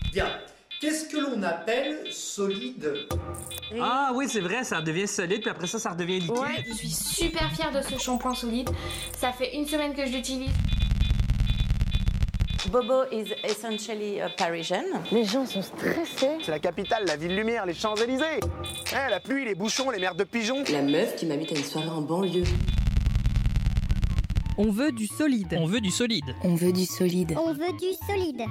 Bien. Qu'est-ce que l'on appelle solide ? Ah oui, c'est vrai, ça devient solide, puis après ça redevient liquide. Ouais, je suis super fière de ce shampoing solide. Ça fait 1 semaine que je l'utilise. Bobo is essentially Parisian. Les gens sont stressés. C'est la capitale, la ville lumière, les Champs-Élysées. La pluie, les bouchons, les merdes de pigeons. La meuf qui m'invite à une soirée en banlieue. On veut du solide. On veut du solide. On veut du solide. On veut du solide.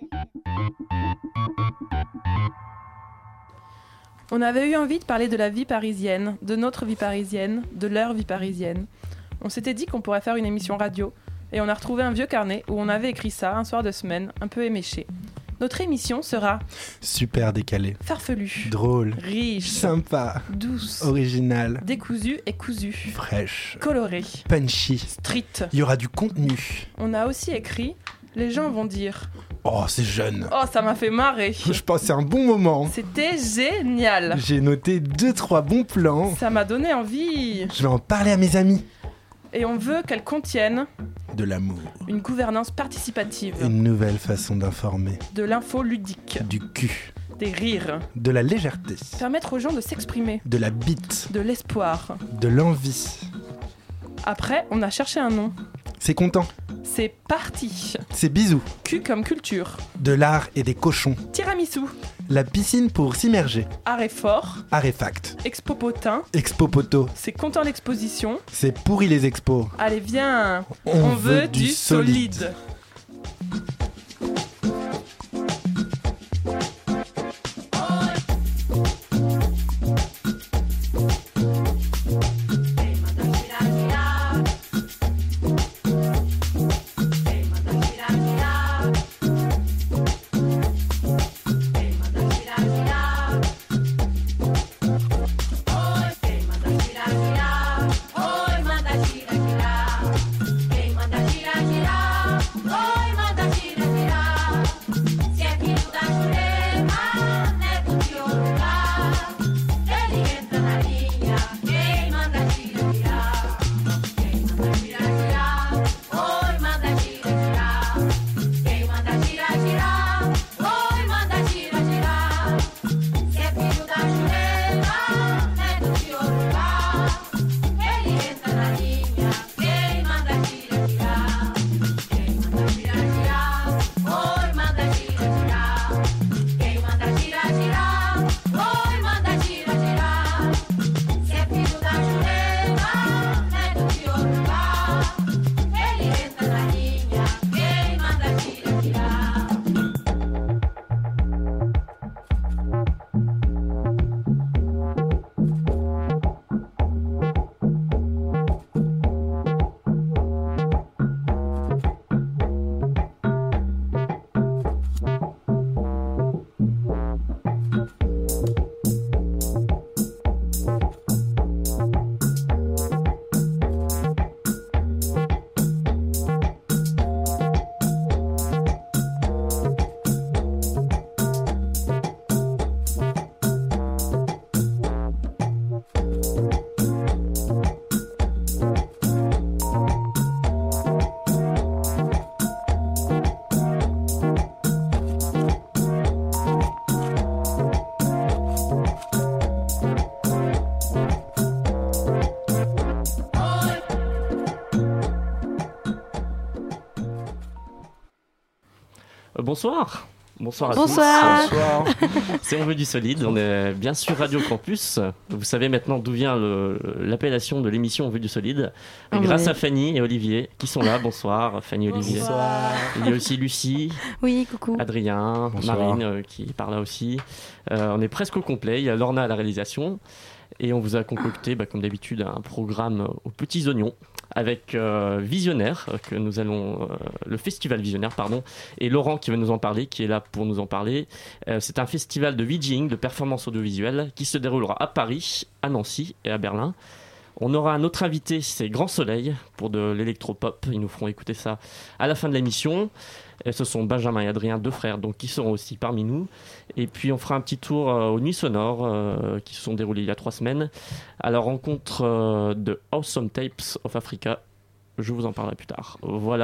On avait eu envie de parler de la vie parisienne, de notre vie parisienne, de leur vie parisienne. On s'était dit qu'on pourrait faire une émission radio, et on a retrouvé un vieux carnet où on avait écrit ça un soir de semaine, un peu éméché. Notre émission sera super décalée, farfelue, drôle, riche, sympa, douce, originale, décousue et cousue, fraîche, colorée, punchy, street. Il y aura du contenu. On a aussi écrit « Les gens vont dire ». Oh, c'est jeune. Oh, ça m'a fait marrer. Je passais un bon moment. C'était génial. J'ai noté 2-3 bons plans. Ça m'a donné envie. Je vais en parler à mes amis. Et on veut qu'elle contienne de l'amour, une gouvernance participative, une nouvelle façon d'informer, de l'info ludique, du cul, des rires, de la légèreté, permettre aux gens de s'exprimer, de la bite, de l'espoir, de l'envie. Après, on a cherché un nom. C'est content. C'est parti. C'est bisous. Q comme culture. De l'art et des cochons. Tiramisu. La piscine pour s'immerger. Arrêt fort. Arréfact. Expopotin. Expopoto. C'est content l'exposition. C'est pourri les expos. Allez, viens. On veut du solide. Bonsoir. Bonsoir à Bonsoir. tous. C'est On veut du solide. On est bien sûr Radio Campus. Vous savez maintenant d'où vient l'appellation de l'émission On veut du solide. Grâce à Fanny et Olivier qui sont là. Bonsoir Fanny et Olivier. Bonsoir. Il y a aussi Lucie. Oui, coucou. Adrien, Bonsoir. Marine qui est par là aussi. On est presque au complet. Il y a Lorna à la réalisation. Et on vous a concocté, comme d'habitude, un programme aux petits oignons avec Visionnaire, que nous allons, le festival Visionnaire, pardon, et Laurent qui va nous en parler, qui est là pour nous en parler. C'est un festival de VJing, de performance audiovisuelle, qui se déroulera à Paris, à Nancy et à Berlin. On aura un autre invité, c'est Grand Soleil, pour de l'électropop. Ils nous feront écouter ça à la fin de l'émission. Et ce sont Benjamin et Adrien, deux frères, donc, qui seront aussi parmi nous. Et puis on fera un petit tour aux Nuits Sonores, qui se sont déroulées il y a 3 semaines, à la rencontre de Awesome Tapes of Africa. Je vous en parlerai plus tard. Voilà,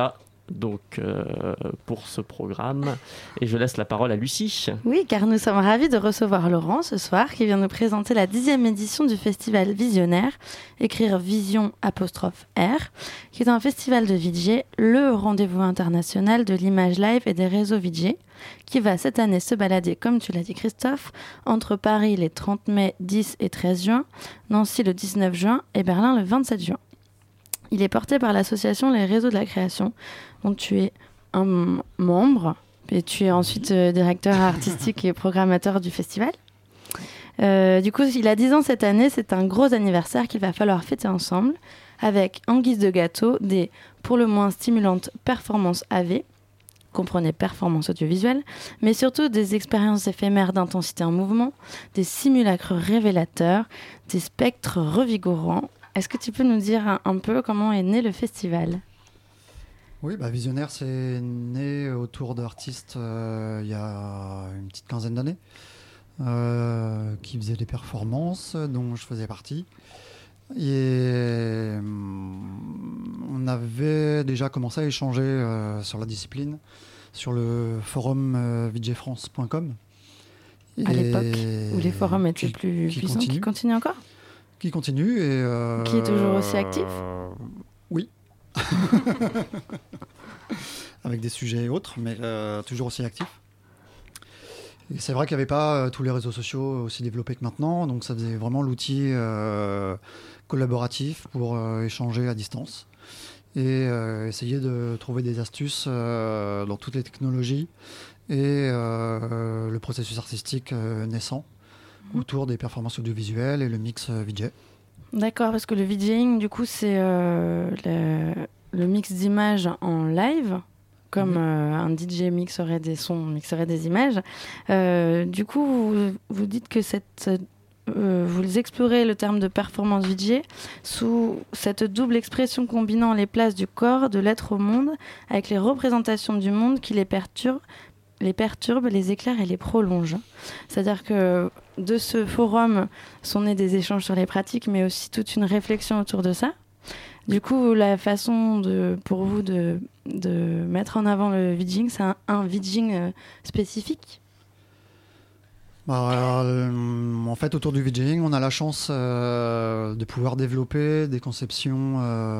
donc, pour ce programme. Et je laisse la parole à Lucie. Oui, car nous sommes ravis de recevoir Laurent ce soir, qui vient nous présenter la 10e édition du festival Visionnaire, écrire Vision ''R, qui est un festival de VJ, le rendez-vous international de l'image live et des réseaux VJ, qui va cette année se balader, comme tu l'as dit Christophe, entre Paris les 30 mai, 10 et 13 juin, Nancy le 19 juin et Berlin le 27 juin. Il est porté par l'association Les Réseaux de la Création, dont tu es un membre, et tu es ensuite directeur artistique et programmateur du festival. Du coup, il a 10 ans cette année, c'est un gros anniversaire qu'il va falloir fêter ensemble, avec en guise de gâteau des pour le moins stimulantes performances AV, comprenez performance audiovisuelle, mais surtout des expériences éphémères d'intensité en mouvement, des simulacres révélateurs, des spectres revigorants. Est-ce que tu peux nous dire un peu comment est né le festival ? Oui, Visionnaire, c'est né autour d'artistes il y a une petite quinzaine d'années qui faisaient des performances dont je faisais partie. Et on avait déjà commencé à échanger sur la discipline sur le forum vjfrance.com. À l'époque où les forums étaient plus puissants, qui continuent encore ? Qui continue et qui est toujours aussi actif. Oui. Avec des sujets autres, mais toujours aussi actif. Et c'est vrai qu'il n'y avait pas tous les réseaux sociaux aussi développés que maintenant, donc ça faisait vraiment l'outil collaboratif pour échanger à distance et essayer de trouver des astuces dans toutes les technologies et le processus artistique naissant autour des performances audiovisuelles et le mix VJ. D'accord, parce que le VJing, du coup, c'est le mix d'images en live, comme un DJ mixerait des sons, mixerait des images. Du coup, vous dites que vous explorez le terme de performance VJ sous cette double expression combinant les places du corps, de l'être au monde, avec les représentations du monde qui les perturbent, les éclairent et les prolongent. C'est-à-dire que de ce forum sont nés des échanges sur les pratiques, mais aussi toute une réflexion autour de ça. Du coup, la façon pour vous de mettre en avant le VJing, c'est un VJing spécifique ? En fait, autour du VJing, on a la chance de pouvoir développer des conceptions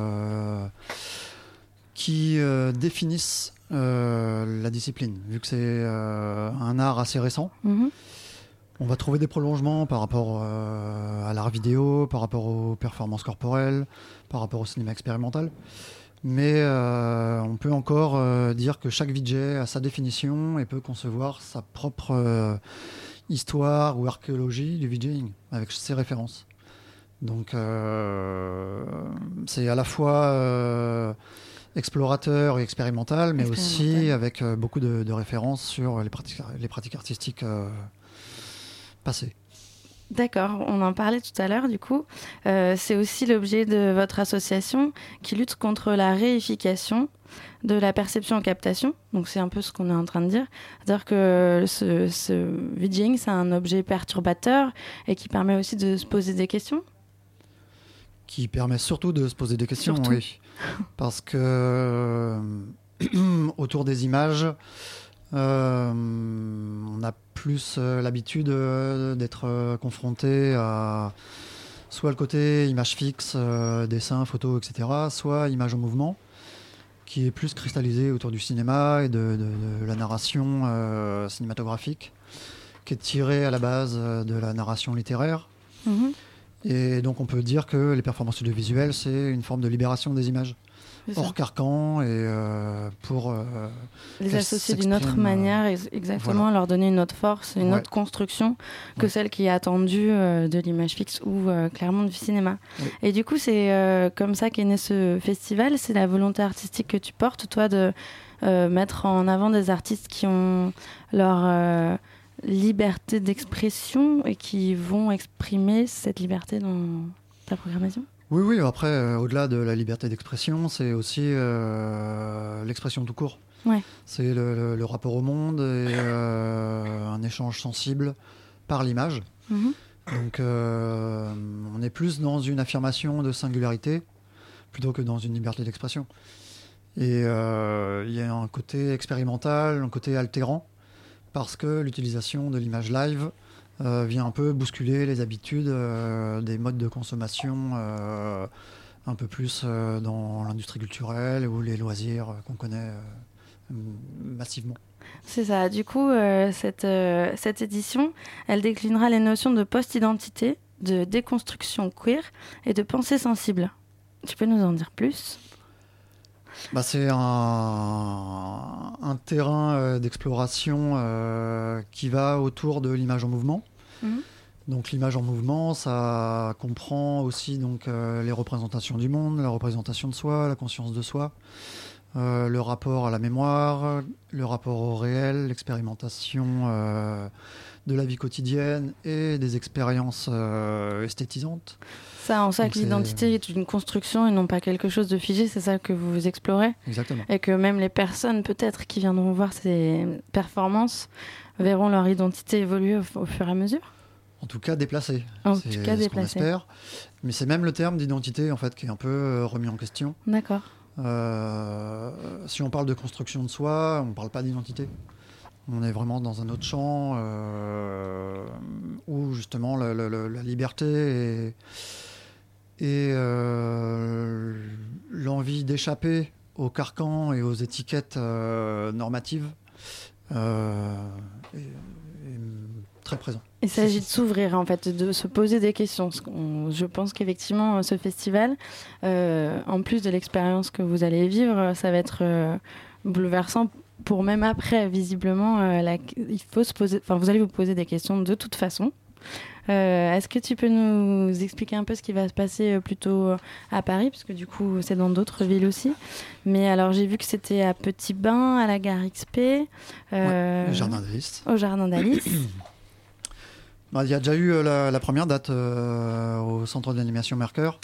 qui définissent la discipline, vu que c'est un art assez récent. On va trouver des prolongements par rapport à l'art vidéo, par rapport aux performances corporelles, par rapport au cinéma expérimental. Mais on peut encore dire que chaque VJ a sa définition et peut concevoir sa propre histoire ou archéologie du VJing, avec ses références. Donc c'est à la fois explorateur et expérimental, mais aussi avec beaucoup de références sur les pratiques artistiques passées. D'accord, on en parlait tout à l'heure du coup. C'est aussi l'objet de votre association qui lutte contre la réification de la perception en captation. Donc c'est un peu ce qu'on est en train de dire. C'est-à-dire que ce VJing, c'est un objet perturbateur et qui permet aussi de se poser des questions. Qui permet surtout de se poser des questions, oui. Parce que autour des images, on a plus l'habitude d'être confronté à soit le côté image fixe, dessin, photo, etc., soit image en mouvement, qui est plus cristallisé autour du cinéma et de la narration cinématographique, qui est tirée à la base de la narration littéraire. Et donc on peut dire que les performances audiovisuelles, c'est une forme de libération des images, hors carcan, et pour les associer d'une autre manière, exactement, voilà. Leur donner une autre force, une autre construction que celle qui est attendue de l'image fixe ou clairement du cinéma. Et du coup, c'est comme ça qu'est né ce festival. C'est la volonté artistique que tu portes, toi, de mettre en avant des artistes qui ont leur liberté d'expression et qui vont exprimer cette liberté dans ta programmation ? Oui, après, au-delà de la liberté d'expression, c'est aussi l'expression tout court. C'est le rapport au monde et un échange sensible par l'image. Donc, on est plus dans une affirmation de singularité plutôt que dans une liberté d'expression. Et il y a un côté expérimental, un côté altérant, parce que l'utilisation de l'image live vient un peu bousculer les habitudes des modes de consommation un peu plus dans l'industrie culturelle ou les loisirs qu'on connaît massivement. C'est ça. Du coup, cette édition, elle déclinera les notions de post-identité, de déconstruction queer et de pensée sensible. Tu peux nous en dire plus ? C'est un terrain d'exploration qui va autour de l'image en mouvement. Donc l'image en mouvement, ça comprend aussi donc, les représentations du monde, la représentation de soi, la conscience de soi, le rapport à la mémoire, le rapport au réel, l'expérimentation de la vie quotidienne et des expériences esthétisantes. Ça, en ça que l'identité est une construction et non pas quelque chose de figé, c'est ça que vous explorez. Exactement. Et que même les personnes, peut-être, qui viendront voir ces performances, verront leur identité évoluer au fur et à mesure. En tout cas, déplacée. C'est ce qu'on espère. Mais c'est même le terme d'identité, en fait, qui est un peu remis en question. D'accord. Si on parle de construction de soi, on ne parle pas d'identité. On est vraiment dans un autre champ où, justement, la liberté et l'envie d'échapper aux carcans et aux étiquettes normatives est très présent. Il s'agit de s'ouvrir, en fait, de se poser des questions. Je pense qu'effectivement, ce festival, en plus de l'expérience que vous allez vivre, ça va être bouleversant pour même après, visiblement. Il faut se poser, vous allez vous poser des questions de toute façon. Est-ce que tu peux nous expliquer un peu ce qui va se passer plutôt à Paris, parce que du coup c'est dans d'autres villes aussi. Mais alors j'ai vu que c'était à Petit Bain, à la gare XP, au Jardin d'Alice. Au Jardin d'Alice. Il y a déjà eu la première date au centre d'animation Mercœur,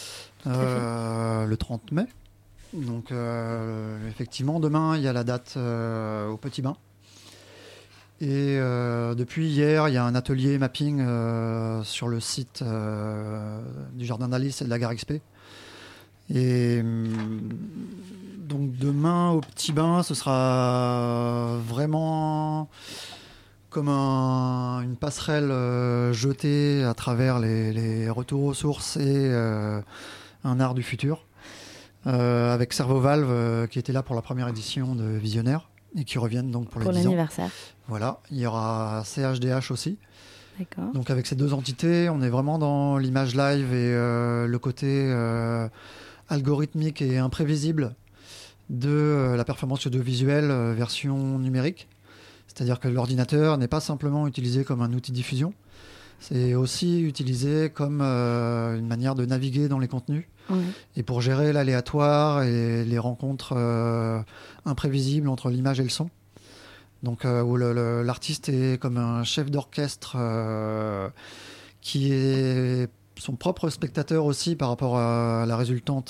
le 30 mai. Donc effectivement demain il y a la date au Petit Bain. Et depuis hier, il y a un atelier mapping sur le site du Jardin d'Alice et de la gare XP. Et donc demain, au Petit Bain, ce sera vraiment comme une passerelle jetée à travers les retours aux sources et un art du futur. Avec Cerveau Valve qui était là pour la première édition de Visionnaire. Et qui reviennent donc pour les 10 ans. L'anniversaire. Voilà, il y aura CHDH aussi. D'accord. Donc avec ces deux entités, on est vraiment dans l'image live et le côté algorithmique et imprévisible de la performance audiovisuelle version numérique. C'est-à-dire que l'ordinateur n'est pas simplement utilisé comme un outil de diffusion, c'est aussi utilisé comme une manière de naviguer dans les contenus. Oui. Et pour gérer l'aléatoire et les rencontres imprévisibles entre l'image et le son. Donc où l'artiste est comme un chef d'orchestre qui est son propre spectateur aussi par rapport à la résultante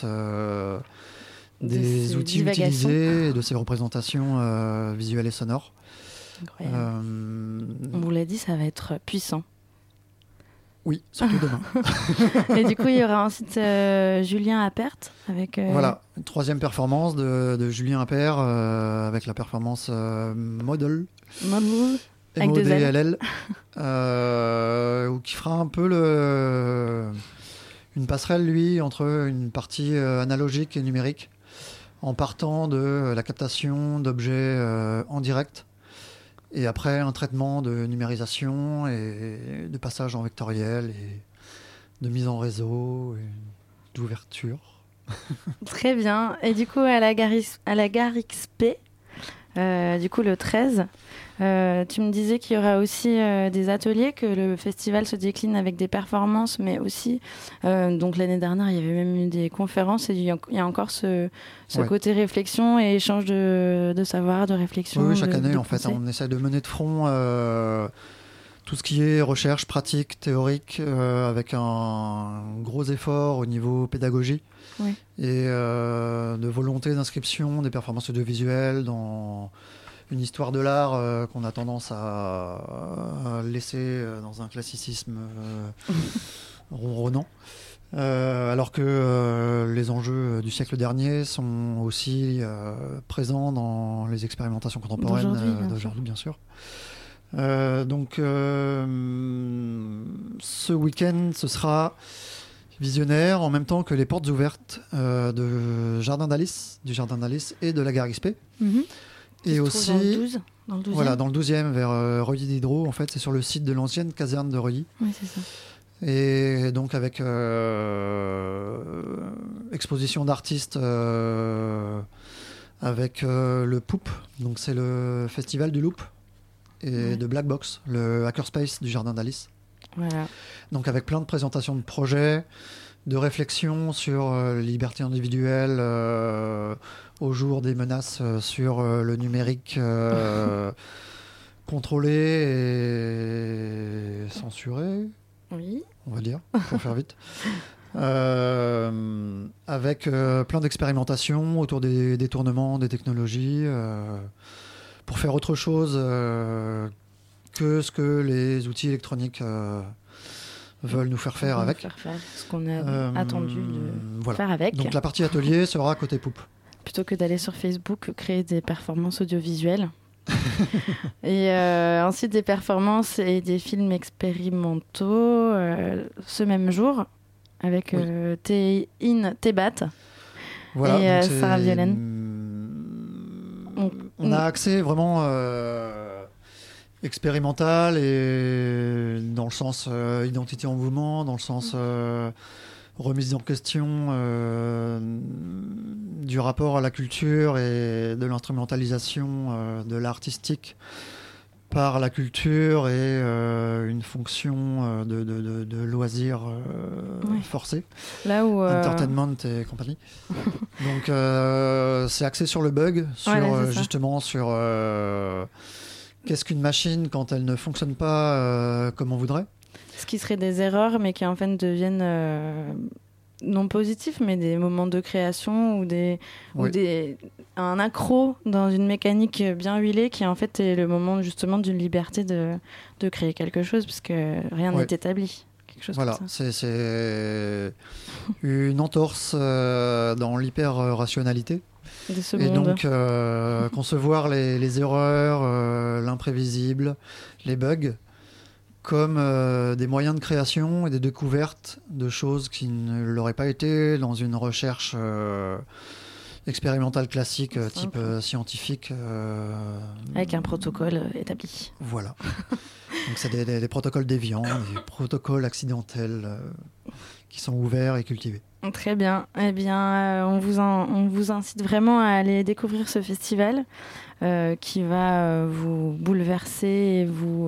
des outils utilisés et de ses représentations visuelles et sonores. On vous l'a dit, ça va être puissant. Oui, surtout demain. Et du coup, il y aura ensuite Julien Appert avec... Voilà, une troisième performance de Julien Appert avec la performance Model. Avec MODLL. Qui fera un peu une passerelle, lui, entre une partie analogique et numérique, en partant de la captation d'objets en direct. Et après, un traitement de numérisation et de passage en vectoriel et de mise en réseau et d'ouverture. Très bien. Et du coup, à la gare XP, du coup le 13, tu me disais qu'il y aura aussi des ateliers, que le festival se décline avec des performances, mais aussi, donc l'année dernière, il y avait même eu des conférences et il y a encore ce côté réflexion et échange de savoir, de réflexion. Oui, chaque année, en fait, on essaie de mener de front tout ce qui est recherche, pratique, théorique, avec un gros effort au niveau pédagogie. Oui. Et de volonté d'inscription des performances audiovisuelles dans une histoire de l'art qu'on a tendance à laisser dans un classicisme ronronnant. Alors que les enjeux du siècle dernier sont aussi présents dans les expérimentations contemporaines d'aujourd'hui, bien sûr. Donc, ce week-end, ce sera visionnaire en même temps que les portes ouvertes du Jardin d'Alice et de la Gare XP. Et aussi, dans le 12e. Voilà, dans le 12e, vers Reuilly-Diderot, en fait, c'est sur le site de l'ancienne caserne de Reuilly. Oui, c'est ça. Et donc avec exposition d'artistes avec le Poop, donc c'est le festival du Loop, et de Black Box, le hackerspace du Jardin d'Alice. Voilà. Donc avec plein de présentations de projets, de réflexions sur les libertés individuelles au jour des menaces sur le numérique contrôlé et censuré. Oui. On va dire, pour faire vite. Avec plein d'expérimentations autour des détournements des technologies pour faire autre chose que ce que les outils électroniques veulent nous faire faire avec. Faire ce qu'on a attendu de faire avec. Donc la partie atelier sera côté Poupe. Plutôt que d'aller sur Facebook créer des performances audiovisuelles. Et ensuite des performances et des films expérimentaux ce même jour avec T-Bat voilà, et Sarah Violaine. On a accès vraiment expérimental et dans le sens identité en mouvement, dans le sens remise en question du rapport à la culture et de l'instrumentalisation de l'artistique par la culture et une fonction de loisir forcé. Là où entertainment et compagnie. Donc c'est axé sur le bug, sur justement sur qu'est-ce qu'une machine quand elle ne fonctionne pas comme on voudrait. Ce qui serait des erreurs, mais qui en fait deviennent non positifs, mais des moments de création ou un accro dans une mécanique bien huilée qui en fait est le moment justement d'une liberté de créer quelque chose, parce que rien n'est établi. Quelque chose voilà, comme ça. C'est une entorse dans l'hyper-rationalité. De ce et monde. Donc concevoir les erreurs, l'imprévisible, les bugs, comme des moyens de création et des découvertes de choses qui ne l'auraient pas été dans une recherche expérimentale classique, type scientifique. Avec un protocole établi. Voilà. Donc c'est des protocoles déviants, des protocoles accidentels qui sont ouverts et cultivés. Très bien. Eh bien, on vous incite vraiment à aller découvrir ce festival qui va vous bouleverser et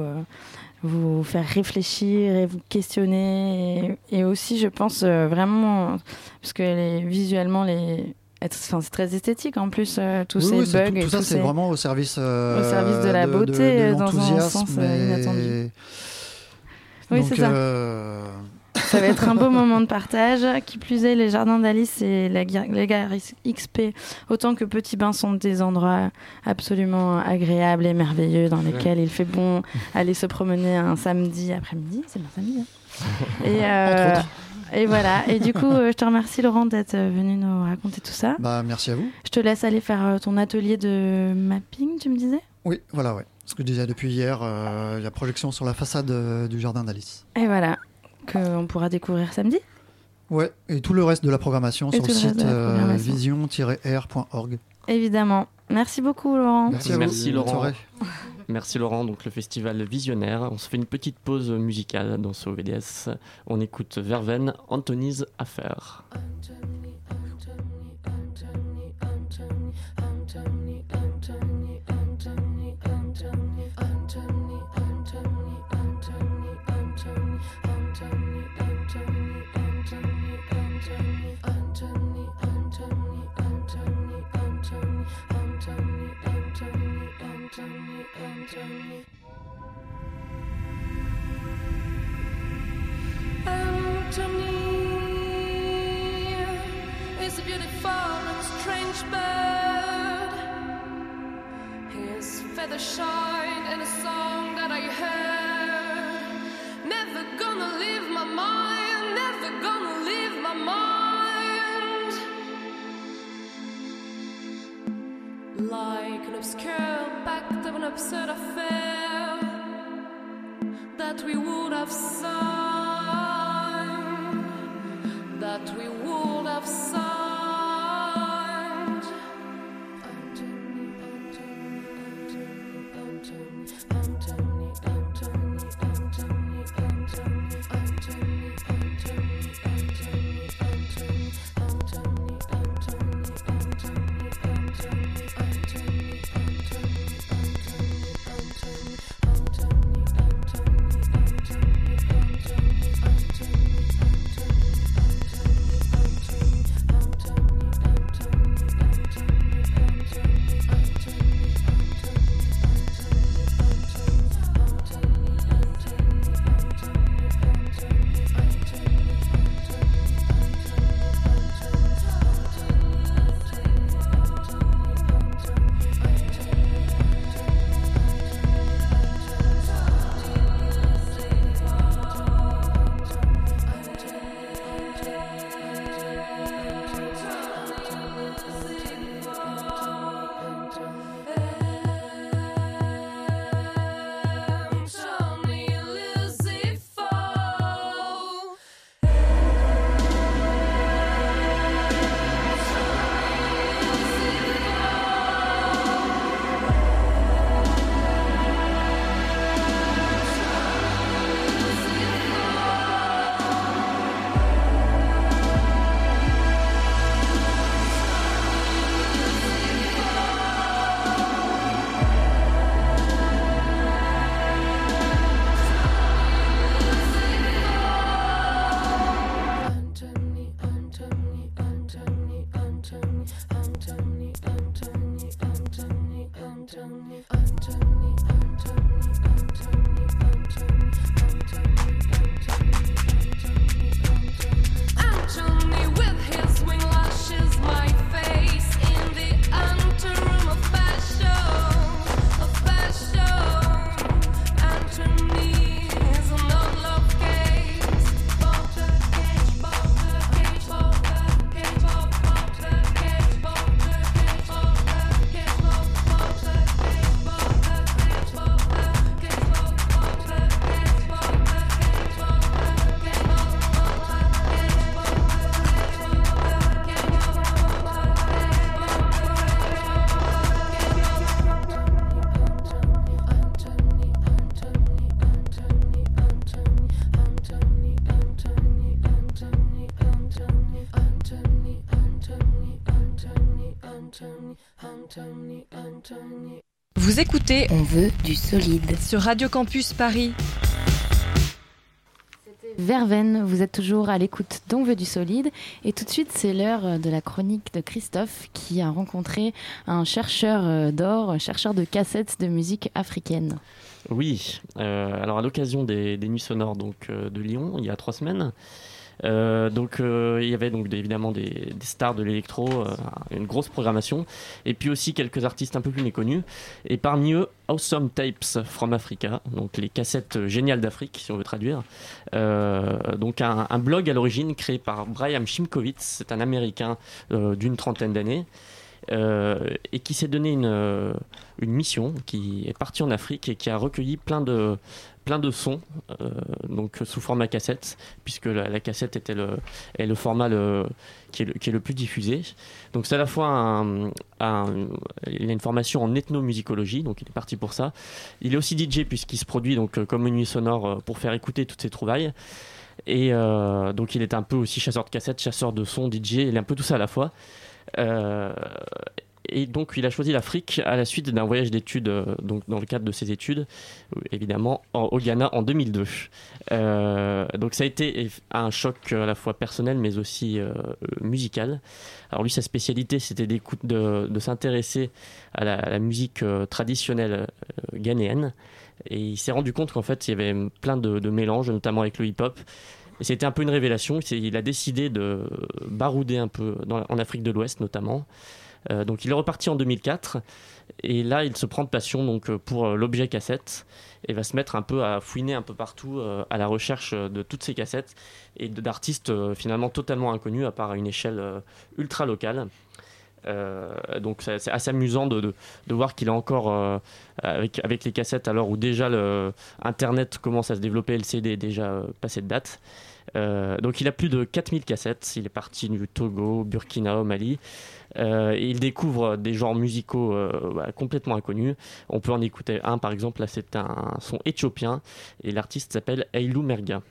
vous faire réfléchir et vous questionner et aussi, je pense, vraiment, parce que visuellement, c'est très esthétique en plus, tous ces bugs. Tout ça, c'est vraiment au service de la beauté, de dans un sens inattendu. Oui, c'est ça. Ça va être un beau moment de partage. Qui plus est, les Jardins d'Alice et les Gares XP, autant que Petit Bain, sont des endroits absolument agréables et merveilleux dans lesquels il fait bon aller se promener un samedi après-midi. C'est bien samedi. Hein. Et voilà. Et du coup, je te remercie, Laurent, d'être venu nous raconter tout ça. Merci à vous. Je te laisse aller faire ton atelier de mapping, tu me disais ? Oui, voilà, ouais. Ce que je disais depuis hier, il y a projection sur la façade du Jardin d'Alice. Et voilà. Qu'on pourra découvrir samedi. Ouais, et tout le reste de la programmation sur le site vision-r.org. Évidemment. Merci beaucoup, Laurent. Merci Laurent. Merci Laurent, donc le festival Visionnaire. On se fait une petite pause musicale dans ce OVDS. On écoute Verveine, Anthony's Affaire. Anthony is a beautiful and strange bird. His feathers shine in a song that I heard. Never gonna leave my mind, never you gonna leave my mind? Like an obscure pact of an absurd affair that we would have signed, that we would have signed. Vous écoutez On veut du solide sur Radio Campus Paris. Verveine, vous êtes toujours à l'écoute d'On veut du solide. Et tout de suite, c'est l'heure de la chronique de Christophe qui a rencontré un chercheur d'or, chercheur de cassettes de musique africaine. Oui, alors à l'occasion des Nuits Sonores de Lyon, il y a 3 semaines, il y avait donc évidemment des stars de l'électro, une grosse programmation, et puis aussi quelques artistes un peu plus méconnus, et parmi eux Awesome Tapes from Africa, donc les cassettes géniales d'Afrique si on veut traduire, donc un blog à l'origine créé par Brian Shimkovitz, c'est un Américain d'une 30aine d'années, et qui s'est donné une mission, qui est parti en Afrique et qui a recueilli plein de sons, donc sous format cassette, puisque la cassette était le format qui est le plus diffusé. Donc c'est à la fois il a une formation en ethnomusicologie, donc il est parti pour ça. Il est aussi DJ puisqu'il se produit donc comme une nuit sonore pour faire écouter toutes ses trouvailles. Et donc il est un peu aussi chasseur de cassettes, chasseur de sons, DJ, il est un peu tout ça à la fois. Et donc il a choisi l'Afrique à la suite d'un voyage d'études, donc dans le cadre de ses études, évidemment au Ghana en 2002. Donc ça a été un choc à la fois personnel mais aussi musical. Alors lui, sa spécialité, c'était de s'intéresser à la musique traditionnelle ghanéenne, et il s'est rendu compte qu'en fait il y avait plein de mélanges, notamment avec le hip-hop. Et c'était un peu une révélation. Il a décidé de barouder un peu en Afrique de l'Ouest notamment, Donc il est reparti en 2004 et là il se prend de passion donc, pour l'objet cassette et va se mettre un peu à fouiner un peu partout à la recherche de toutes ces cassettes et d'artistes finalement totalement inconnus à part à une échelle ultra locale. Donc c'est assez amusant de voir qu'il est encore avec les cassettes à l'heure où déjà Internet commence à se développer, le CD est déjà passé de date. Donc il a plus de 4000 cassettes, il est parti du Togo, Burkina, au Mali, et il découvre des genres musicaux complètement inconnus. On peut en écouter un par exemple, là c'est un son éthiopien et l'artiste s'appelle Hailou Merga.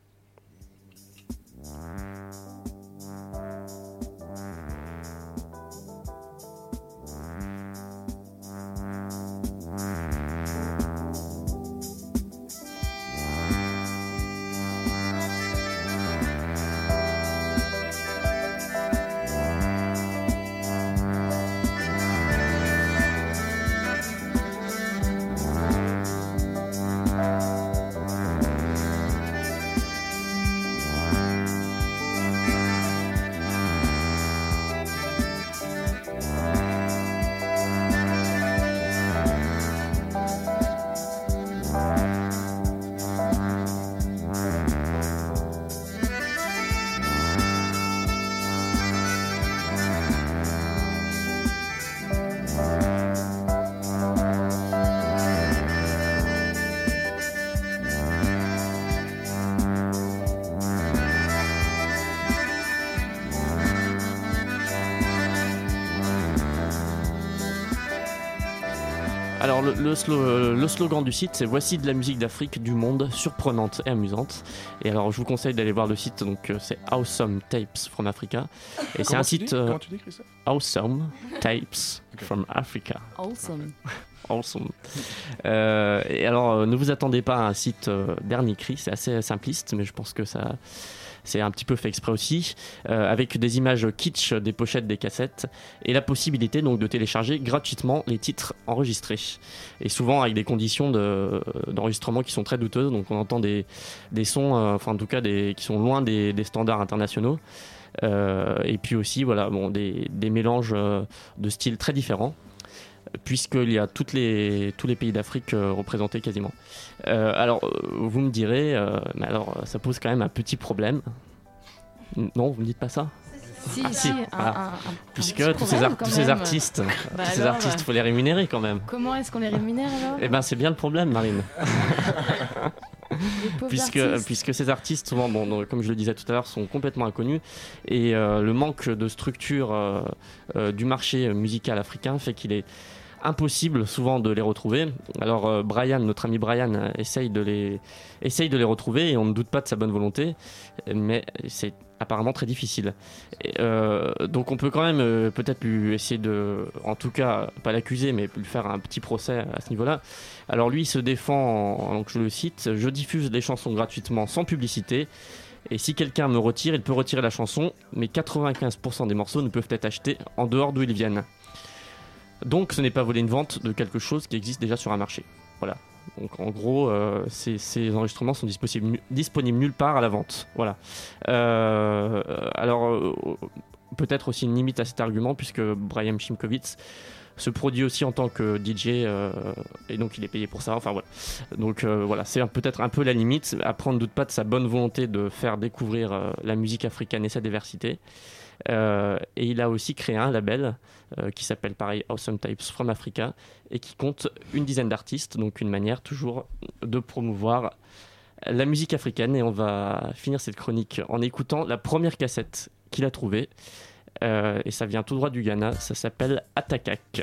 Alors le slogan du site c'est voici de la musique d'Afrique du monde surprenante et amusante. Et alors je vous conseille d'aller voir le site, donc c'est Awesome Tapes from Africa. Et c'est un site comment tu décris ça? Awesome Tapes from Africa. Awesome. Awesome. Et alors ne vous attendez pas à un site dernier cri, c'est assez simpliste, mais je pense que ça c'est un petit peu fait exprès aussi, avec des images kitsch des pochettes des cassettes et la possibilité donc de télécharger gratuitement les titres enregistrés. Et souvent avec des conditions d'enregistrement qui sont très douteuses, donc on entend des sons, enfin en tout cas qui sont loin des standards internationaux. Et puis aussi voilà, bon, des mélanges de styles très différents, puisqu'il y a tous les pays d'Afrique représentés quasiment. Alors, vous me direz, mais alors ça pose quand même un petit problème. Non, vous ne dites pas ça? Si, puisque tous ces artistes, faut les rémunérer quand même. Comment est-ce qu'on les rémunère alors? Eh ben, c'est bien le problème, Marine. puisque ces artistes, souvent, bon, comme je le disais tout à l'heure, sont complètement inconnus et le manque de structure du marché musical africain fait qu'il est impossible souvent de les retrouver. Alors notre ami Brian essaye de les retrouver et on ne doute pas de sa bonne volonté, mais c'est apparemment très difficile. Donc on peut quand même peut-être lui essayer de, en tout cas pas l'accuser, mais lui faire un petit procès à ce niveau-là. Alors lui il se défend, donc je le cite: je diffuse des chansons gratuitement sans publicité. Et si quelqu'un me retire, il peut retirer la chanson, mais 95% des morceaux ne peuvent être achetés en dehors d'où ils viennent. Donc ce n'est pas voler une vente de quelque chose qui existe déjà sur un marché. Voilà. Donc en gros, ces enregistrements sont disponibles nulle part à la vente. Voilà. Alors peut-être aussi une limite à cet argument, puisque Brian Shimkovitz se produit aussi en tant que DJ et donc il est payé pour ça. Enfin voilà. Donc voilà, c'est peut-être un peu la limite. Après on ne doute pas de sa bonne volonté de faire découvrir la musique africaine et sa diversité. Et il a aussi créé un label qui s'appelle pareil Awesome Tapes from Africa et qui compte une dizaine d'artistes, donc une manière toujours de promouvoir la musique africaine. Et on va finir cette chronique en écoutant la première cassette qu'il a trouvée, et ça vient tout droit du Ghana, ça s'appelle Atakak.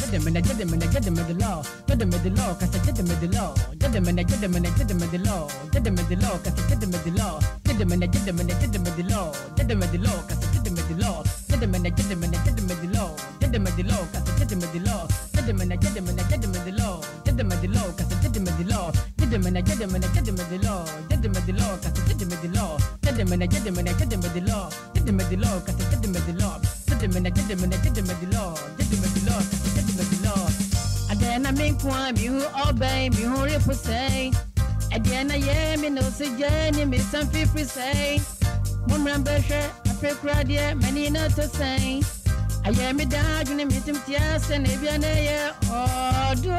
Adena min kwa mi hu obey mi hu repose. Adena ye mi no se jeni mi san fi free say. Mum rambeshe afekra die mani na to say. Aye mi da juni mi tim tia se ne bia ne ye odo.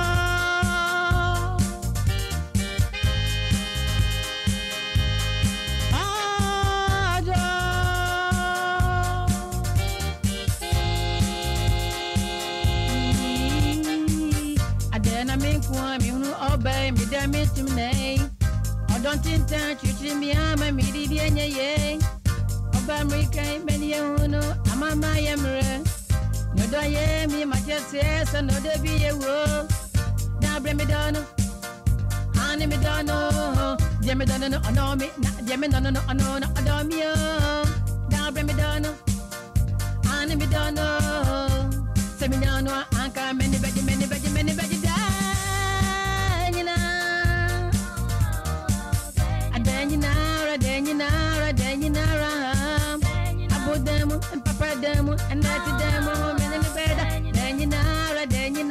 Obey me, damn it, to me. I don't intend to treat me, I'm a median, yea. Obey me, many who know I'm a my emerald. No, do I me, my just says, and no, there be a woe. Now bring me down. Honey, me down, no. Jimmy down, no, no, me, Jimmy down, no, no, no, don't me. Now bring me down. Honey, me down, no. Send me down, no, anchor, many, better. And Papa Demo, and Natty Demo, men in the bed, then you nara,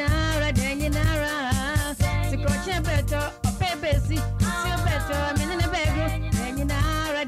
the coach better, a baby, still better, men in the bedroom, then you nara,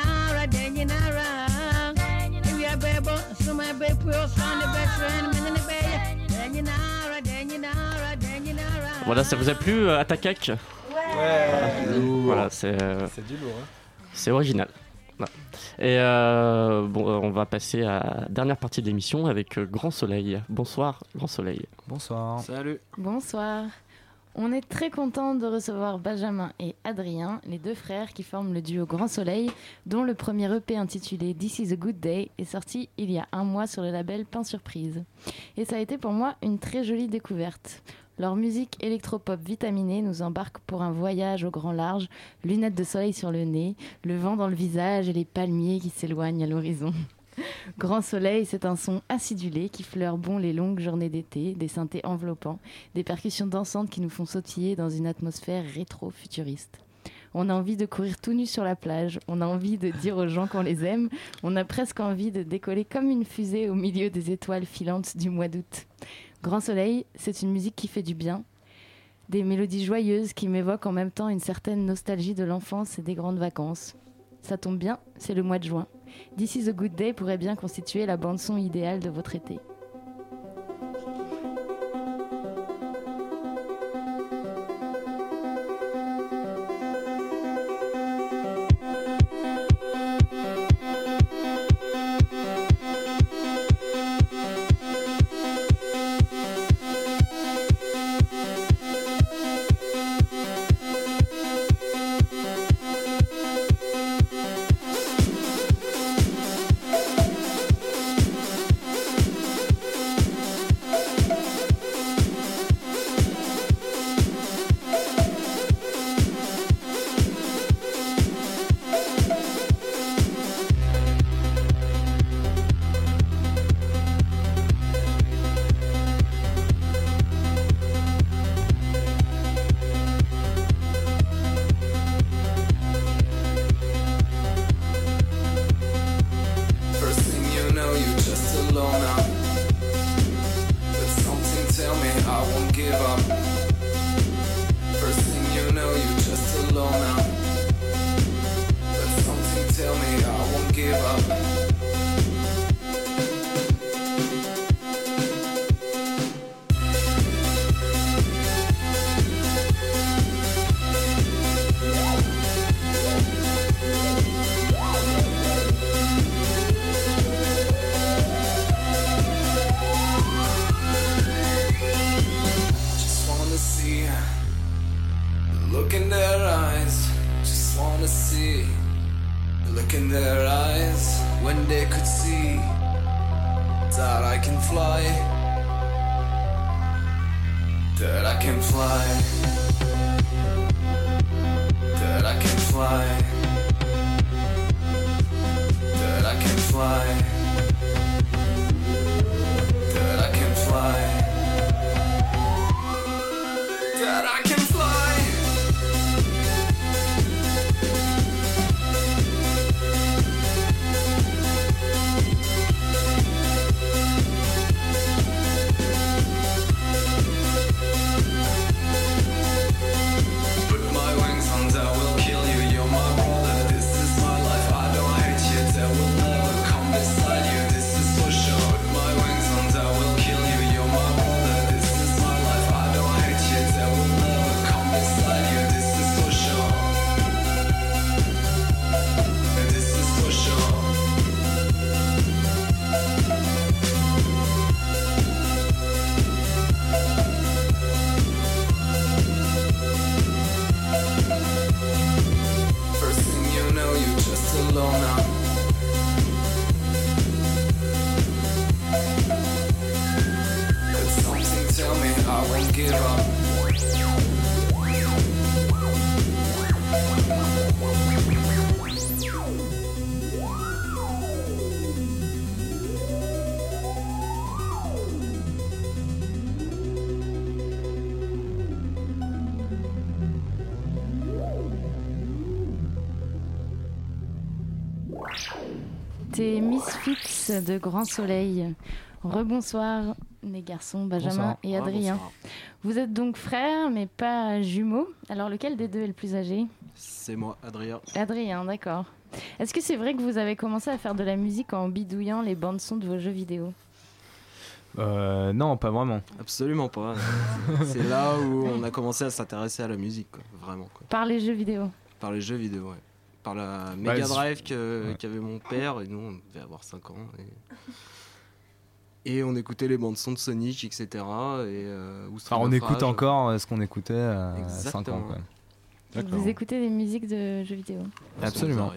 and we are babble, so my baby will sound the better, and men in the bed, then you nara. Voilà, ça vous a plu, Atakak? Ouais. Voilà, c'est du lourd. Hein. C'est original. Voilà. Et bon, on va passer à la dernière partie de l'émission avec Grand Soleil. Bonsoir, Grand Soleil. Bonsoir. Salut. Bonsoir. On est très content de recevoir Benjamin et Adrien, les deux frères qui forment le duo Grand Soleil, dont le premier EP intitulé This is a Good Day est sorti il y a un mois sur le label Pain Surprise. Et ça a été pour moi une très jolie découverte. Leur musique électropop vitaminée nous embarque pour un voyage au grand large, lunettes de soleil sur le nez, le vent dans le visage et les palmiers qui s'éloignent à l'horizon. Grand Soleil, c'est un son acidulé qui fleure bon les longues journées d'été, des synthés enveloppants, des percussions dansantes qui nous font sautiller dans une atmosphère rétro-futuriste. On a envie de courir tout nu sur la plage, on a envie de dire aux gens qu'on les aime, on a presque envie de décoller comme une fusée au milieu des étoiles filantes du mois d'août. Grand Soleil, c'est une musique qui fait du bien, des mélodies joyeuses qui m'évoquent en même temps une certaine nostalgie de l'enfance et des grandes vacances. Ça tombe bien, c'est le mois de juin. This is a Good Day pourrait bien constituer la bande-son idéale de votre été. that I can fly, that I can fly, that I can fly, that I can fly, that I can fly. T'es Misfits de Grand Soleil. Rebonsoir les garçons, Benjamin Bonsoir. et Adrien. Bonsoir. Vous êtes donc frères mais pas jumeaux. Alors lequel des deux est le plus âgé ? C'est moi, Adrien. Adrien, d'accord. Est-ce que c'est vrai que vous avez commencé à faire de la musique en bidouillant les bandes son de vos jeux vidéo ? Non, pas vraiment. Absolument pas. C'est là où on a commencé à s'intéresser à la musique, quoi. Vraiment. Quoi. Par les jeux vidéo ? Par les jeux vidéo, ouais. Par la Mega Drive qu'avait mon père, et nous on devait avoir 5 ans. Et on écoutait les bandes son de Sonic, etc. On écoute encore ce qu'on écoutait à 5 ans. Quoi. Vous écoutez des musiques de jeux vidéo ? Absolument.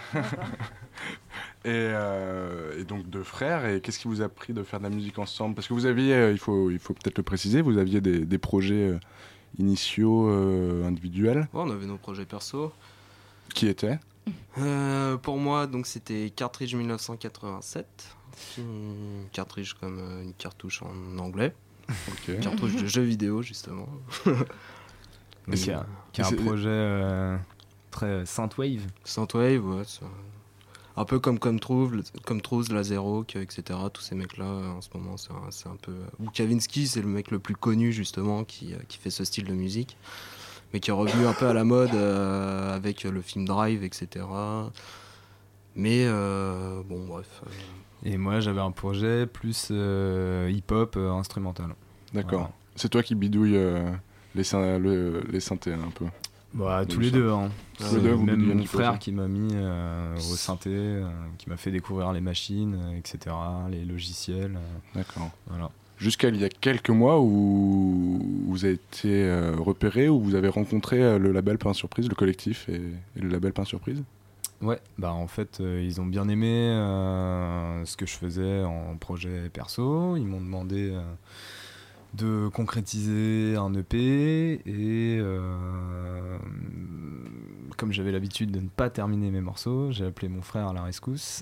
Et donc deux frères, et qu'est-ce qui vous a pris de faire de la musique ensemble ? Parce que vous aviez, il faut peut-être le préciser, vous aviez des projets initiaux individuels. Ouais, on avait nos projets perso. Qui était pour moi, donc c'était Cartridge 1987. Cartridge comme une cartouche en anglais. Okay. Cartouche de jeux vidéo, justement. Qui a un projet très synthwave. Synthwave, ouais. Un peu comme Trouz, Lazero, etc. Tous ces mecs-là, en ce moment, c'est un peu... Ou Kavinsky, c'est le mec le plus connu, justement, qui fait ce style de musique. Mais qui est revenu un peu à la mode avec le film Drive, etc. Mais bon, bref. Et moi, j'avais un projet plus hip-hop instrumental. D'accord. Voilà. C'est toi qui bidouille les synthés un peu. Bah, tous les deux. Hein. Tous les deux, vous même mon frère ça. qui m'a mis au synthé, qui m'a fait découvrir les machines, etc., les logiciels. D'accord. Voilà. Jusqu'à il y a quelques mois où vous avez été repéré, où vous avez rencontré le label Pain Surprise, le collectif et le label Pain Surprise. Ouais, bah en fait, ils ont bien aimé ce que je faisais en projet perso. Ils m'ont demandé de concrétiser un EP et comme j'avais l'habitude de ne pas terminer mes morceaux, j'ai appelé mon frère à la rescousse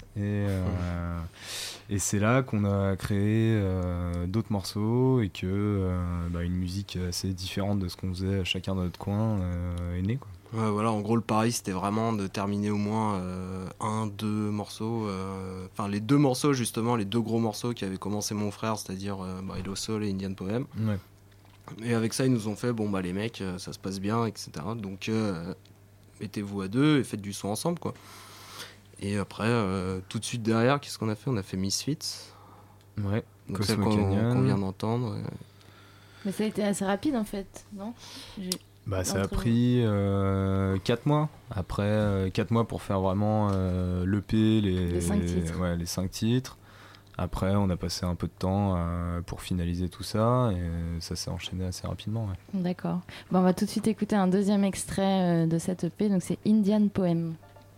et c'est là qu'on a créé d'autres morceaux et que une musique assez différente de ce qu'on faisait chacun dans notre coin est née, quoi. Ouais, voilà, en gros, le pari, c'était vraiment de terminer au moins 1-2 morceaux. Enfin, les 2 morceaux, justement, les 2 gros morceaux qui avaient commencé mon frère, c'est-à-dire Hello Soul et Indian Poem. Ouais. Et avec ça, ils nous ont fait, les mecs, ça se passe bien, etc. Donc, mettez-vous à 2 et faites du son ensemble, quoi. Et après, tout de suite derrière, qu'est-ce qu'on a fait ? On a fait Misfits. Ouais, donc celle qu'on vient d'entendre. Mais ça a été assez rapide, en fait, non ? Ça a pris 4 mois. Après 4 mois pour faire vraiment l'EP, les 5 titres. Ouais, les 5 titres. Après, on a passé un peu de temps pour finaliser tout ça et ça s'est enchaîné assez rapidement. Ouais. D'accord. On va tout de suite écouter un deuxième extrait de cette EP. Donc c'est Indian Poem.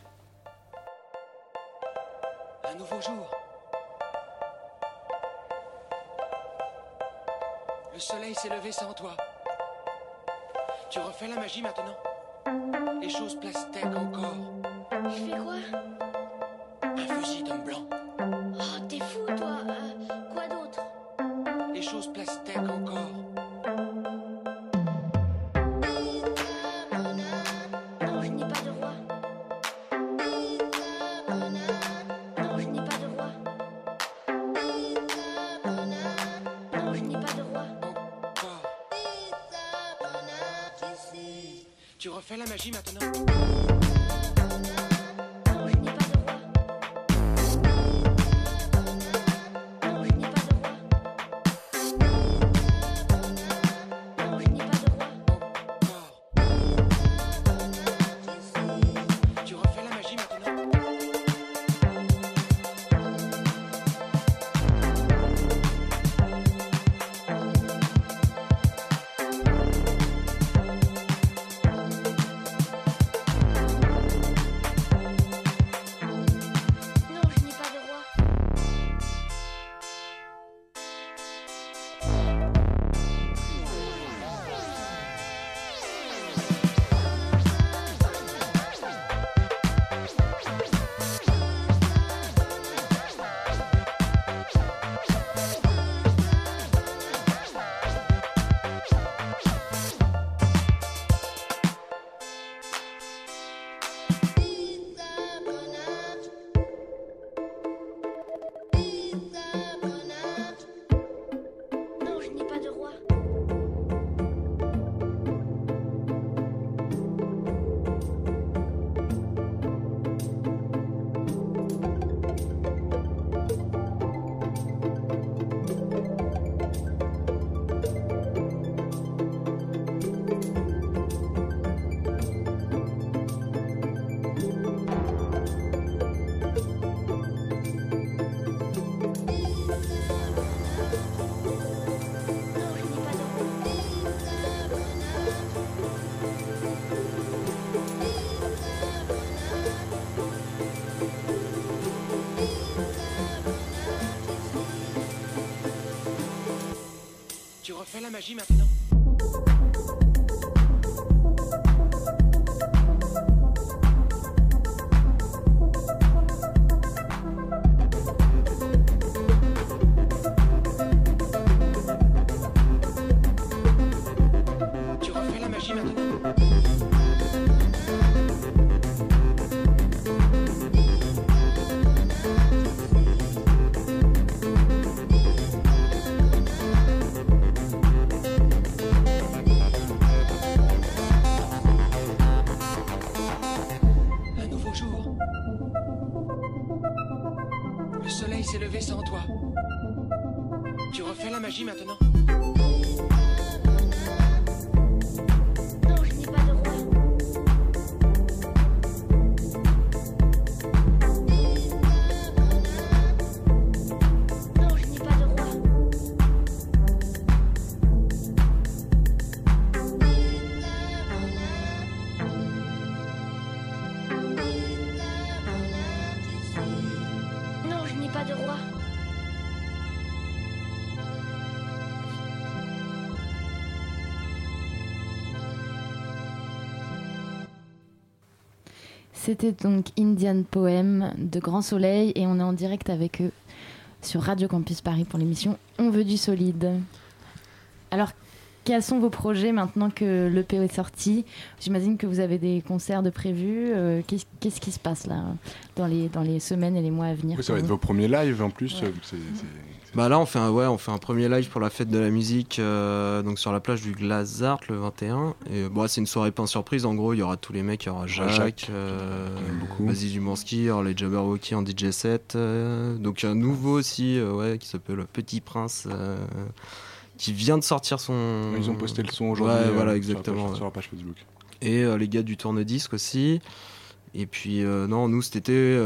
Un nouveau jour. Le soleil s'est levé sans toi. Tu refais la magie maintenant. Les choses plastique encore. Je fais quoi? Un fusil d'homme blanc. Oh, t'es fou, toi. Quoi d'autre? Les choses plastique encore. Non, je n'ai pas de roi. Non, je n'ai pas de roi. Non, je n'ai pas de roi. Tu refais la magie maintenant. Non, je n'ai pas de roi. Non, je n'ai pas de roi. Non, je n'ai pas de roi. Tu refais la magie maintenant. Non, je n'ai pas de roi. Non, je n'ai pas de roi. Tu refais la magie maintenant. Tu refais la magie maintenant. Un nouveau jour. Le soleil s'est levé sans toi. Tu refais la magie maintenant. Non, je n'ai pas de roi. Non, je n'ai pas de roi. Non, je n'ai pas de roi. C'était donc Indian Poem de Grand Soleil et on est en direct avec eux sur Radio Campus Paris pour l'émission On veut du solide. Alors, quels sont vos projets maintenant que l'EP est sorti? J'imagine que vous avez des concerts de prévus. Qu'est-ce qui se passe là dans les semaines et les mois à venir? Oui, ça va être vos premiers lives en plus. Ouais. Bah là on fait un premier live pour la fête de la musique donc sur la plage du Glazart le 21 et bon c'est une soirée pain surprise, en gros il y aura tous les mecs, il y aura Jacques, Vasil Dumansky, il y aura les Jabberwocky en DJ set, donc un nouveau aussi qui s'appelle Petit Prince qui vient de sortir son... Ils ont posté le son aujourd'hui voilà, exactement, sur la page Facebook. Et les gars du tourne-disque aussi. Et puis non, nous cet été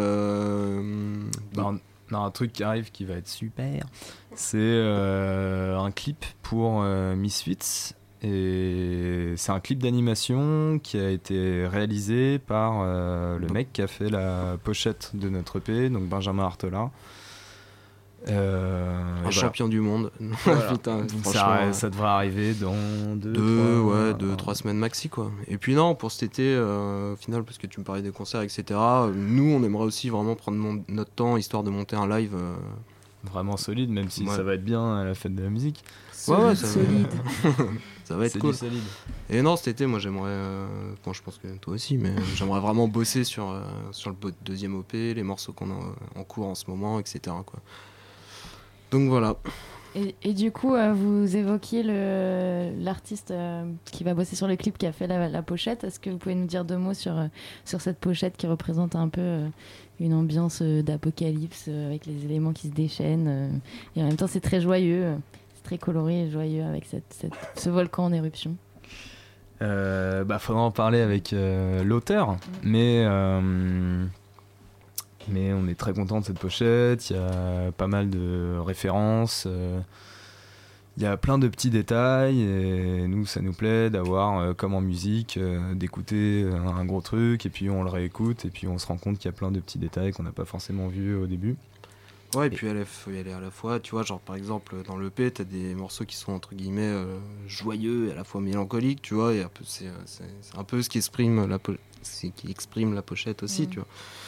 on a un truc qui arrive qui va être super, c'est un clip pour Misfits, et c'est un clip d'animation qui a été réalisé par le mec qui a fait la pochette de notre EP, donc Benjamin Artelat. Un champion du monde. Voilà. Putain, donc franchement, ça devrait arriver dans 2-3 semaines maxi, quoi. Et puis non, pour cet été, au final, parce que tu me parlais des concerts, etc., nous, on aimerait aussi vraiment prendre notre temps, histoire de monter un live... Vraiment solide, même si ça va être bien à la fête de la musique. Solide. Ça va être C'est cool. du solide. Et non, cet été, moi, j'aimerais... Bon, je pense que toi aussi, mais j'aimerais vraiment bosser sur le deuxième OP, les morceaux qu'on a en cours en ce moment, etc., quoi. Donc voilà. Et du coup, vous évoquiez l'artiste qui va bosser sur le clip, qui a fait la pochette. Est-ce que vous pouvez nous dire 2 mots sur cette pochette qui représente un peu une ambiance d'apocalypse avec les éléments qui se déchaînent et en même temps c'est très joyeux, c'est très coloré et joyeux avec ce volcan en éruption. Faudra en parler avec l'auteur, mais on est très content de cette pochette. Il y a pas mal de références, il y a plein de petits détails et nous ça nous plaît d'avoir comme en musique d'écouter un gros truc et puis on le réécoute et puis on se rend compte qu'il y a plein de petits détails qu'on n'a pas forcément vus au début. Ouais, et puis il faut y aller à la fois, tu vois, genre par exemple dans l'EP t'as des morceaux qui sont entre guillemets joyeux et à la fois mélancoliques, tu vois, et c'est un peu ce qui exprime la pochette aussi, tu vois.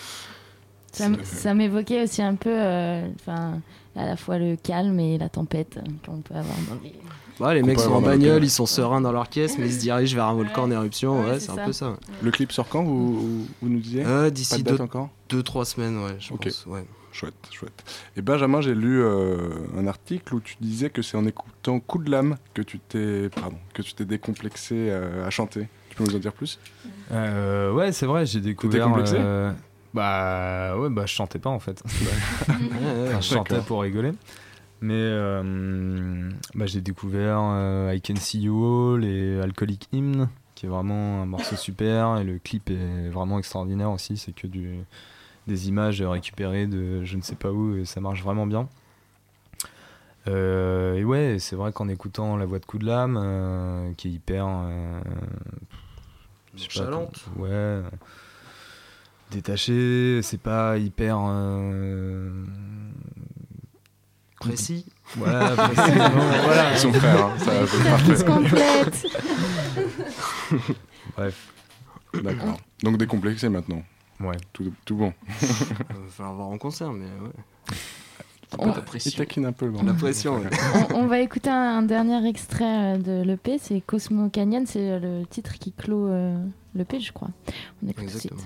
Ça m'évoquait aussi un peu à la fois le calme et la tempête qu'on peut avoir dans les... les mecs sont en bagnole, ils sont sereins dans leur caisse, mais ils se dirigent vers un volcan en éruption. Ouais, c'est un peu ça. Le clip sort quand, vous nous disiez D'ici 2-3 semaines, je pense. Ouais. Chouette. Et Benjamin, j'ai lu un article où tu disais que c'est en écoutant Coup de l'âme que tu t'es décomplexé à chanter. Tu peux nous en dire plus ? Ouais, c'est vrai, j'ai découvert... T'étais complexé ? Je chantais pas en fait. Je chantais pour rigoler. Mais j'ai découvert I Can See You All et Alcoholic Hymn, qui est vraiment un morceau super, et le clip est vraiment extraordinaire aussi. C'est que des images récupérées de je ne sais pas où, et ça marche vraiment bien. Et ouais, c'est vrai qu'en écoutant la voix de Coup de l'âme, qui est hyper chalante, ouais, détaché, c'est pas hyper précis. Voilà, précisément. Voilà. Ils sont frères, hein, ça va complète. Bref. D'accord. Donc décomplexé maintenant. Ouais. Il Tout bon. va falloir voir en concert, mais ouais. La pression. Ouais. On va écouter un dernier extrait de l'EP, c'est Cosmo Canyon, c'est le titre qui clôt l'EP, je crois. On écoute tout de suite.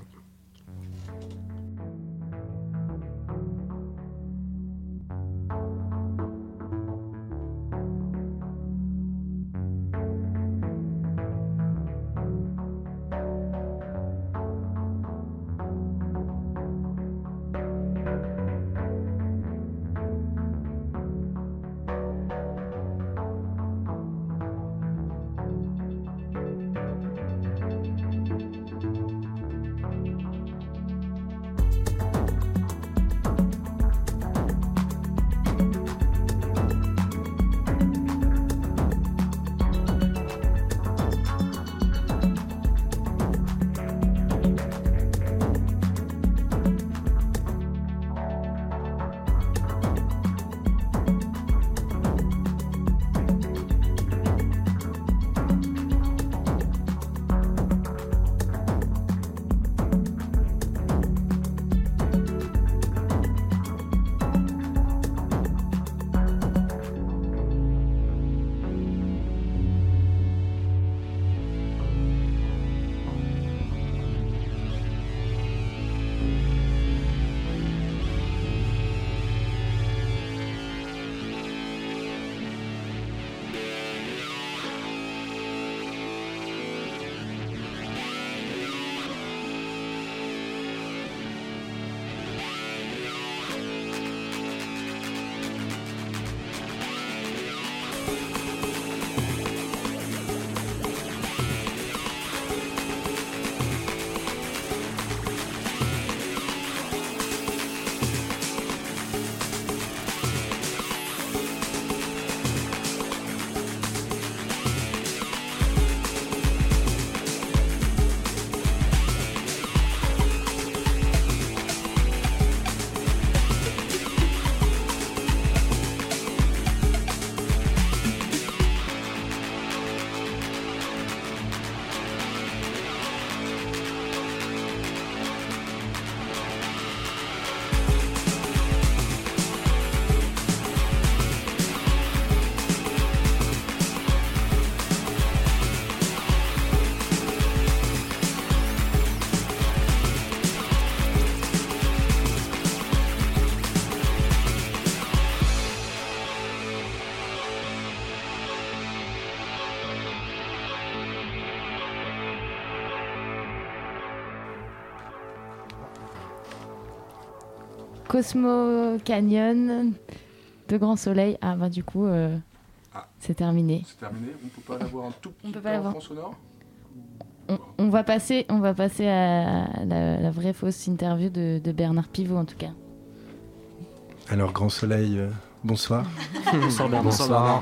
Cosmo Canyon de Grand Soleil. Ah bah du coup, c'est terminé. C'est terminé. On peut pas l'avoir un tout petit On peut peu pas en l'avoir. fond sonore. On va passer à la vraie fausse interview de Bernard Pivot en tout cas. Alors, Grand Soleil, bonsoir. Bonsoir Bernard.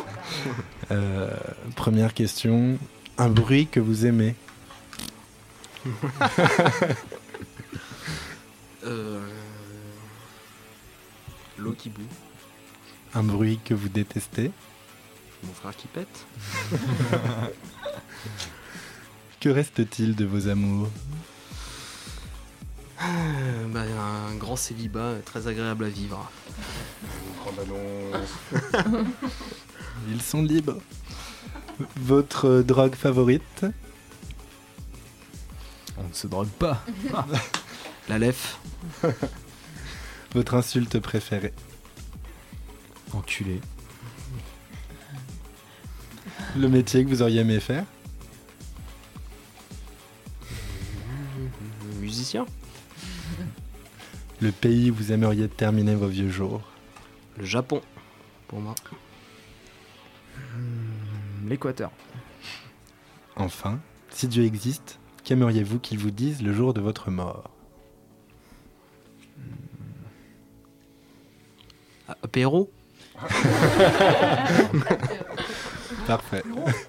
Première question, un bruit que vous aimez? L'eau qui bout. Un bruit que vous détestez? Mon frère qui pète. Que reste-t-il de vos amours? Un grand célibat très agréable à vivre. Grande annonce. Ils sont libres. Votre drogue favorite? On ne se drogue pas. La lef. Votre insulte préférée? Enculé. Le métier que vous auriez aimé faire? Musicien. Le pays où vous aimeriez terminer vos vieux jours? Le Japon, pour moi. L'Équateur. Enfin, si Dieu existe, qu'aimeriez-vous qu'il vous dise le jour de votre mort? Apéro. Parfait.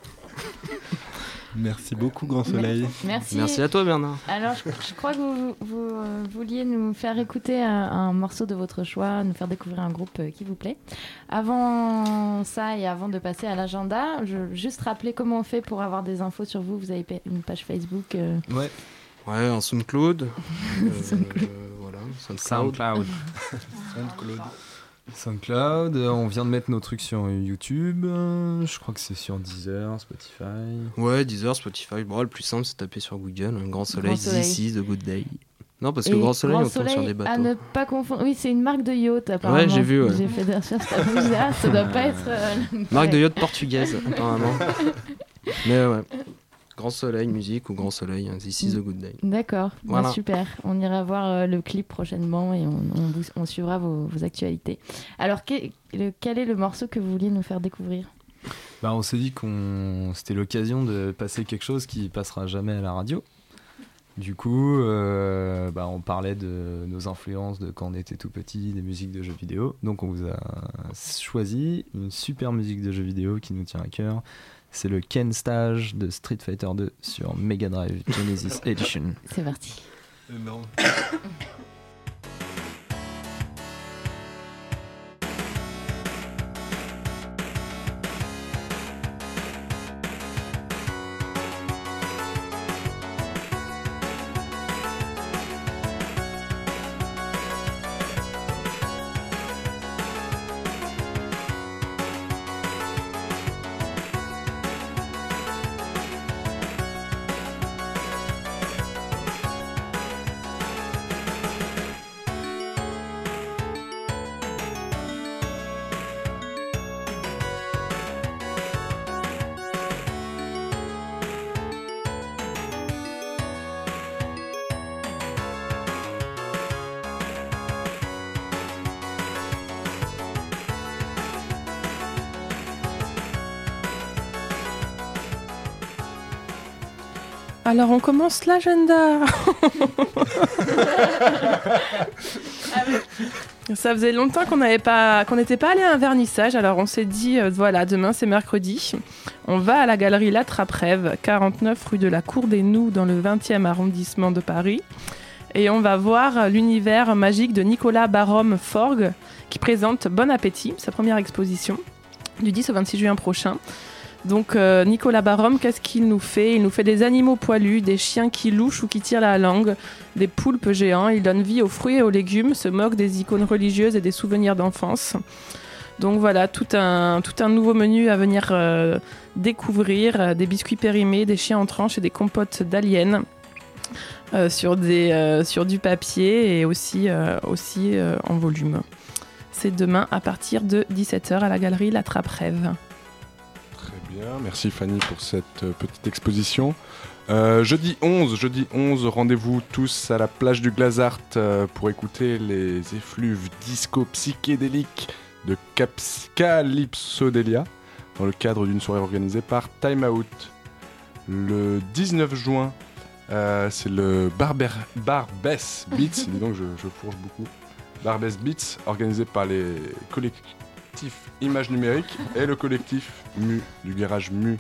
Merci beaucoup, Grand Soleil. Merci. Merci à toi, Bernard. Alors, je crois que vous vouliez nous faire écouter un morceau de votre choix, nous faire découvrir un groupe qui vous plaît. Avant ça et avant de passer à l'agenda, je veux juste rappeler comment on fait pour avoir des infos sur vous. Vous avez une page Facebook. Ouais. Ouais, un SoundCloud. Voilà, SoundCloud. SoundCloud, on vient de mettre nos trucs sur YouTube, je crois que c'est sur Deezer, Spotify. Ouais, Deezer, Spotify. Bon, le plus simple, c'est taper sur Google, Grand Soleil, This is the good day. Non, parce que Grand Soleil, on tombe sur des bateaux. À ne pas confondre. Oui, c'est une marque de yacht, apparemment. Ouais, j'ai vu. Ouais. J'ai fait des recherches, ça doit pas être. Marque de yacht portugaise, apparemment. Mais ouais. Grand Soleil Musique ou Grand Soleil, This is the good day. D'accord, voilà. Bah, super. On ira voir le clip prochainement et on suivra vos actualités. Alors, quel est le morceau que vous vouliez nous faire découvrir? On s'est dit c'était l'occasion de passer quelque chose qui passera jamais à la radio. Du coup, on parlait de nos influences de quand on était tout petit, des musiques de jeux vidéo. Donc on vous a choisi une super musique de jeux vidéo qui nous tient à cœur. C'est le Ken Stage de Street Fighter 2 sur Mega Drive Genesis Edition. C'est parti. Énorme. Alors on commence l'agenda. Ça faisait longtemps qu'on n'était pas allé à un vernissage, alors on s'est dit voilà, demain c'est mercredi, on va à la galerie La Trappe-Rêve, 49 rue de la Cour des Noux dans le 20e arrondissement de Paris, et on va voir l'univers magique de Nicolas Barôme-Forgues qui présente Bon Appétit, sa première exposition du 10 au 26 juin prochain. Donc Nicolas Barôme, qu'est-ce qu'il nous fait? Il nous fait des animaux poilus, des chiens qui louchent ou qui tirent la langue, des poulpes géants. Il donne vie aux fruits et aux légumes, se moque des icônes religieuses et des souvenirs d'enfance. Donc voilà, tout un nouveau menu à venir découvrir, des biscuits périmés, des chiens en tranches et des compotes d'aliens sur du papier et aussi en volume. C'est demain à partir de 17h à la galerie La Trappe-Rêve. Bien, merci Fanny pour cette petite exposition. Jeudi 11, rendez-vous tous à la plage du Glazart pour écouter les effluves disco psychédéliques de Calypsodelia dans le cadre d'une soirée organisée par Time Out. Le 19 juin, c'est le Barbès Beats, dis donc je fourche beaucoup, Barbès Beats, organisé par les collectifs Images Numériques et le collectif MU, du garage MU.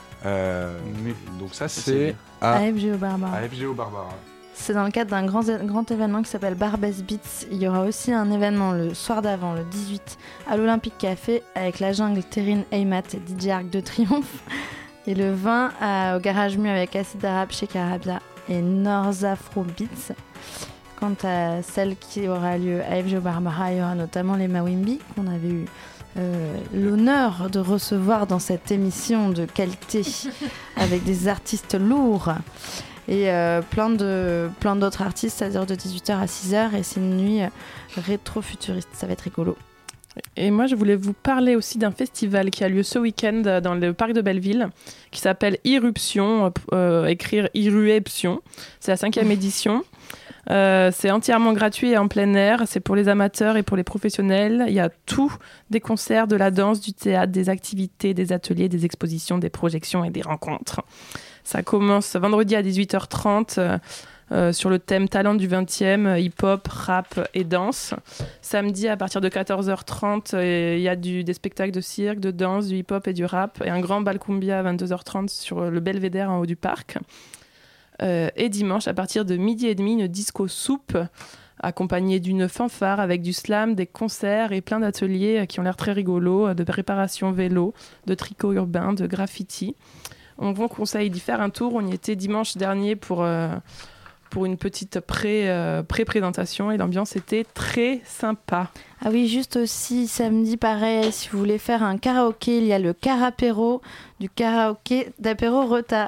Donc ça c'est à FGO Barbara. C'est dans le cadre d'un grand événement qui s'appelle Barbès Beats. Il y aura aussi un événement le soir d'avant, le 18, à l'Olympique Café avec la jungle, Terrine Aymat et DJ Arc de Triomphe. Et le 20 au garage MU avec Acid Arabe chez Carabia et North Afro Beats. Quant à celle qui aura lieu à FGO Barbara, il y aura notamment les Mawimbi qu'on avait eu l'honneur de recevoir dans cette émission de qualité avec des artistes lourds et plein d'autres artistes, c'est-à-dire de 18h à 6h, et c'est une nuit rétro-futuriste, ça va être rigolo. Et moi, je voulais vous parler aussi d'un festival qui a lieu ce week-end dans le parc de Belleville, qui s'appelle Irruption, écrire Irruption. C'est la 5e édition. C'est entièrement gratuit et en plein air. C'est pour les amateurs et pour les professionnels. Il y a tout, des concerts, de la danse, du théâtre, des activités, des ateliers, des expositions, des projections et des rencontres. Ça commence vendredi à 18h30 sur le thème talent du 20e, hip-hop, rap et danse. Samedi à partir de 14h30, il y a des spectacles de cirque, de danse, du hip-hop et du rap, et un grand bal cumbia à 22h30 sur le belvédère en haut du parc. Et dimanche à partir de 12h30, une disco soupe accompagnée d'une fanfare avec du slam, des concerts et plein d'ateliers qui ont l'air très rigolos, de réparation vélo, de tricot urbain, de graffiti. On vous conseille d'y faire un tour. On y était dimanche dernier pour une petite pré-présentation et l'ambiance était très sympa. Ah oui, juste aussi samedi, pareil, si vous voulez faire un karaoké, il y a le Carapéro du karaoké d'apéro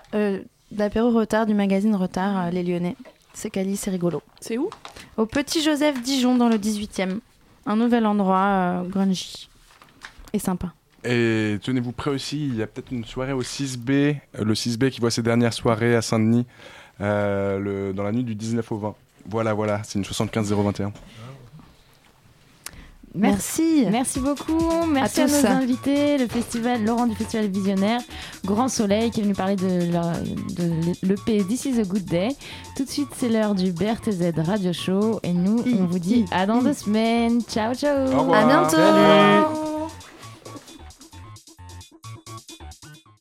retard du magazine Retard, les Lyonnais. C'est quali, c'est rigolo. C'est où ? Au Petit Joseph Dijon, dans le 18e. Un nouvel endroit, grungy et sympa. Et tenez-vous prêts aussi, il y a peut-être une soirée au 6B, le 6B qui voit ses dernières soirées à Saint-Denis, dans la nuit du 19 au 20. Voilà, c'est une 75-021. Merci beaucoup. Merci à nos invités, Laurent du Festival Visionnaire, Grand Soleil qui est venu parler de l'EP This is a Good Day. Tout de suite, c'est l'heure du BRTZ Radio Show et nous, on vous dit à dans 2 semaines. Ciao. Au revoir. À bientôt. Salut.